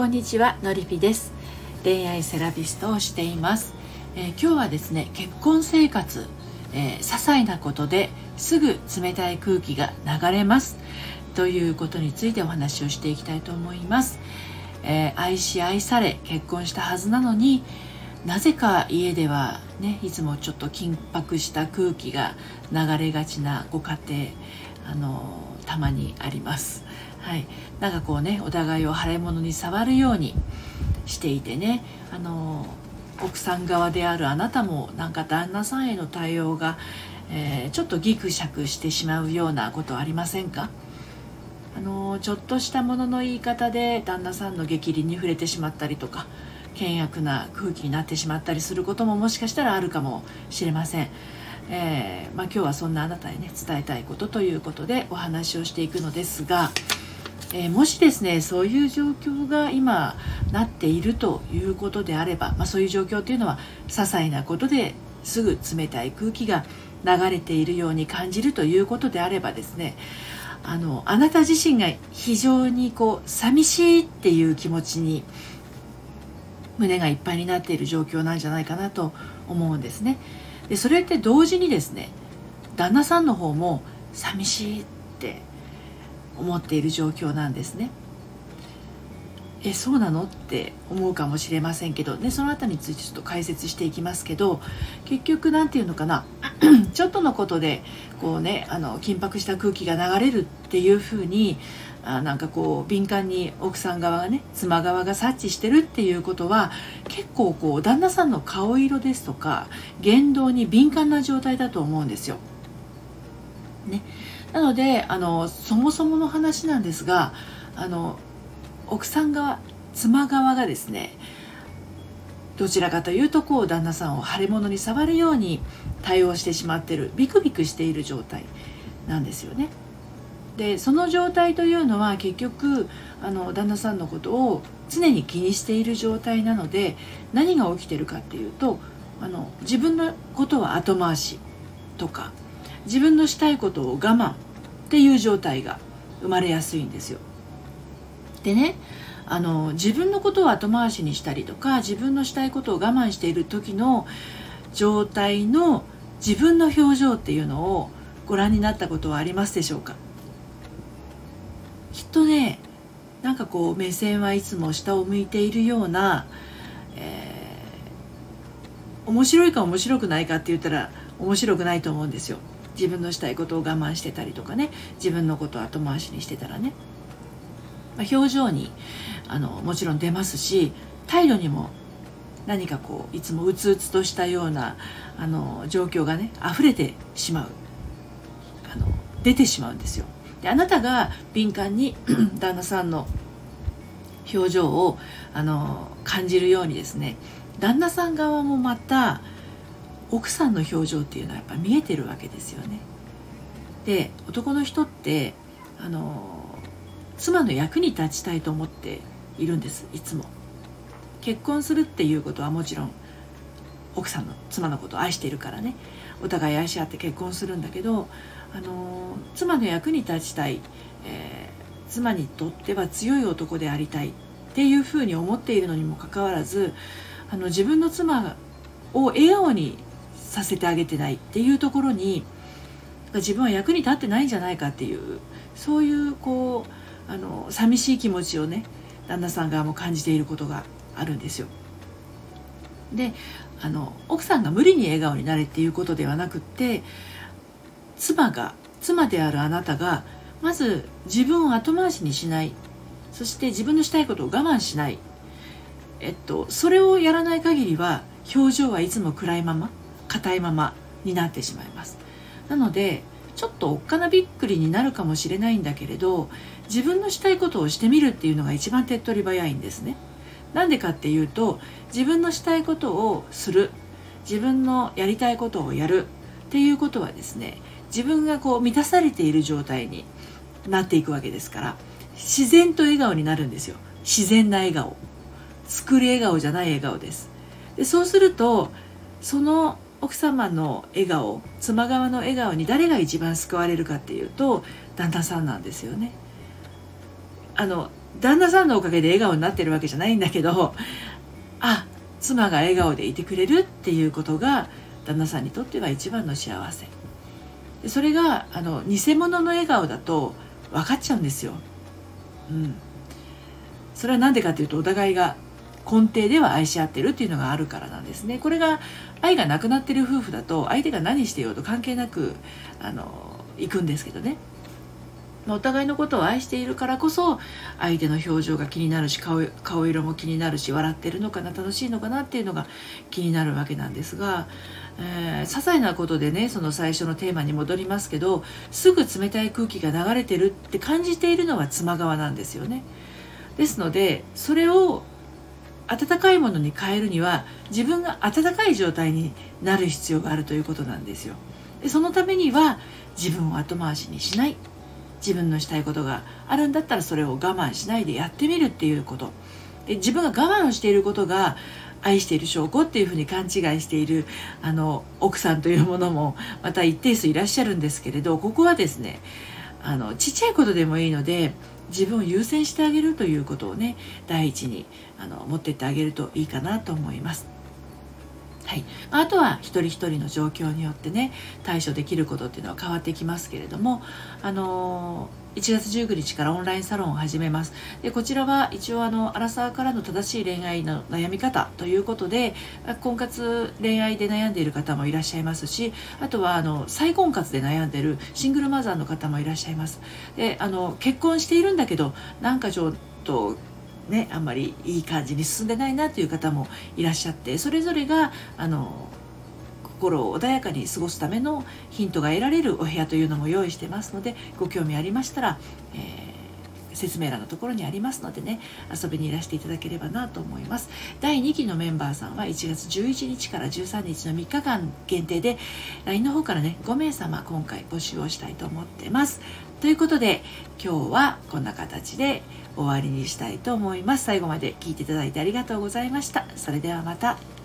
こんにちは、のりぴです。恋愛セラピストをしています。今日はですね、結婚生活、些細なことですぐ冷たい空気が流れますということについてお話をしていきたいと思います。愛し愛され結婚したはずなのに、なぜか家ではね、いつもちょっと緊迫した空気が流れがちなご家庭、たまにあります。はい、なんかこうね、お互いを腫れ物に触るようにしていてね、奥さん側であるあなたもなんか旦那さんへの対応が、ちょっとギクシャクしてしまうようなことはありませんか？ちょっとしたものの言い方で旦那さんの逆鱗に触れてしまったりとか、険悪な空気になってしまったりすることももしかしたらあるかもしれません。今日はそんなあなたにね、伝えたいことということでお話をしていくのですが、もしですね、そういう状況が今なっているということであれば、そういう状況というのは些細なことですぐ冷たい空気が流れているように感じるということであればですね、あなた自身が非常に寂しいっていう気持ちに胸がいっぱいになっている状況なんじゃないかなと思うんですね。でそれって同時にですね、旦那さんの方も寂しいって思っている状況なんですね。そうなのって思うかもしれませんけどね、そのあたりについてちょっと解説していきますけど、結局なんていうのかなちょっとのことで緊迫した空気が流れるっていう風になんか敏感に奥さん側がね、妻側が察知してるっていうことは、結構旦那さんの顔色ですとか言動に敏感な状態だと思うんですよ。ね、なのでそもそもの話なんですが、奥さん側、妻側がですね、どちらかというと旦那さんを腫れ物に触るように対応してしまっている、ビクビクしている状態なんですよね。でその状態というのは結局旦那さんのことを常に気にしている状態なので、何が起きてるかっていうと、自分のことは後回しとか、自分のしたいことを我慢っていう状態が生まれやすいんですよ。でね、自分のことを後回しにしたりとか、自分のしたいことを我慢している時の状態の自分の表情っていうのをご覧になったことはありますでしょうか？きっとね、なんか目線はいつも下を向いているような、面白いか面白くないかって言ったら面白くないと思うんですよ。自分のしたいことを我慢してたりとかね、自分のことを後回しにしてたらね、表情にもちろん出ますし、態度にも何かいつもうつうつとしたような状況がね、溢れてしまう、出てしまうんですよ。であなたが敏感に旦那さんの表情を感じるようにですね、旦那さん側もまた奥さんの表情っていうのはやっぱ見えてるわけですよね。で男の人って妻の役に立ちたいと思っているんです。いつも結婚するっていうことはもちろん奥さんの妻のことを愛しているからね、お互い愛し合って結婚するんだけど、妻の役に立ちたい、妻にとっては強い男でありたいっていうふうに思っているのにもかかわらず、自分の妻を笑顔にさせてあげてないっていうところに、自分は役に立ってないんじゃないかっていう、そういう寂しい気持ちをね、旦那さん側も感じていることがあるんですよ。で奥さんが無理に笑顔になれっていうことではなくって、妻であるあなたがまず自分を後回しにしない、そして自分のしたいことを我慢しない、それをやらない限りは表情はいつも暗いまま、硬いままになってしまいます。なのでちょっとおっかなびっくりになるかもしれないんだけれど、自分のしたいことをしてみるっていうのが一番手っ取り早いんですね。なんでかっていうと、自分のしたいことをする、自分のやりたいことをやるっていうことはですね、自分が満たされている状態になっていくわけですから、自然と笑顔になるんですよ。自然な笑顔、作り笑顔じゃない笑顔です。でそうすると、その奥様の笑顔、妻側の笑顔に誰が一番救われるかっていうと、旦那さんなんですよね。 旦那さんのおかげで笑顔になってるわけじゃないんだけど、妻が笑顔でいてくれるっていうことが旦那さんにとっては一番の幸せで、それが偽物の笑顔だと分かっちゃうんですよ。それは何でかというと、お互いが根底では愛し合ってるっていうのがあるからなんですね。これが愛がなくなってる夫婦だと、相手が何してようと関係なく行くんですけどね。お互いのことを愛しているからこそ、相手の表情が気になるし、顔色も気になるし、笑ってるのかな、楽しいのかなっていうのが気になるわけなんですが、些細なことでね、その最初のテーマに戻りますけど、すぐ冷たい空気が流れてるって感じているのは妻側なんですよね。ですので、それを温かいものに変えるには、自分が温かい状態になる必要があるということなんですよ。でそのためには、自分を後回しにしない、自分のしたいことがあるんだったらそれを我慢しないでやってみるっていうこと。で自分が我慢していることが愛している証拠っていうふうに勘違いしている奥さんというものもまた一定数いらっしゃるんですけれど、ここはですね、ちっちゃいことでもいいので、自分を優先してあげるということをね、第一に持ってってあげるといいかなと思います。はい、あとは一人一人の状況によってね、対処できることっていうのは変わってきますけれども、1月19日からオンラインサロンを始めます。でこちらは一応アラサーからの正しい恋愛の悩み方ということで、婚活恋愛で悩んでいる方もいらっしゃいますし、あとは再婚活で悩んでいるシングルマザーの方もいらっしゃいます。で結婚しているんだけど、なんかちょっとあんまりいい感じに進んでないなという方もいらっしゃって、それぞれが心を穏やかに過ごすためのヒントが得られるお部屋というのも用意してますので、ご興味ありましたら、説明欄のところにありますのでね、遊びにいらしていただければなと思います。第2期のメンバーさんは1月11日から13日の3日間限定で LINE の方からね、5名様今回募集をしたいと思ってます。ということで今日はこんな形で終わりにしたいと思います。最後まで聞いていただいてありがとうございました。それではまた。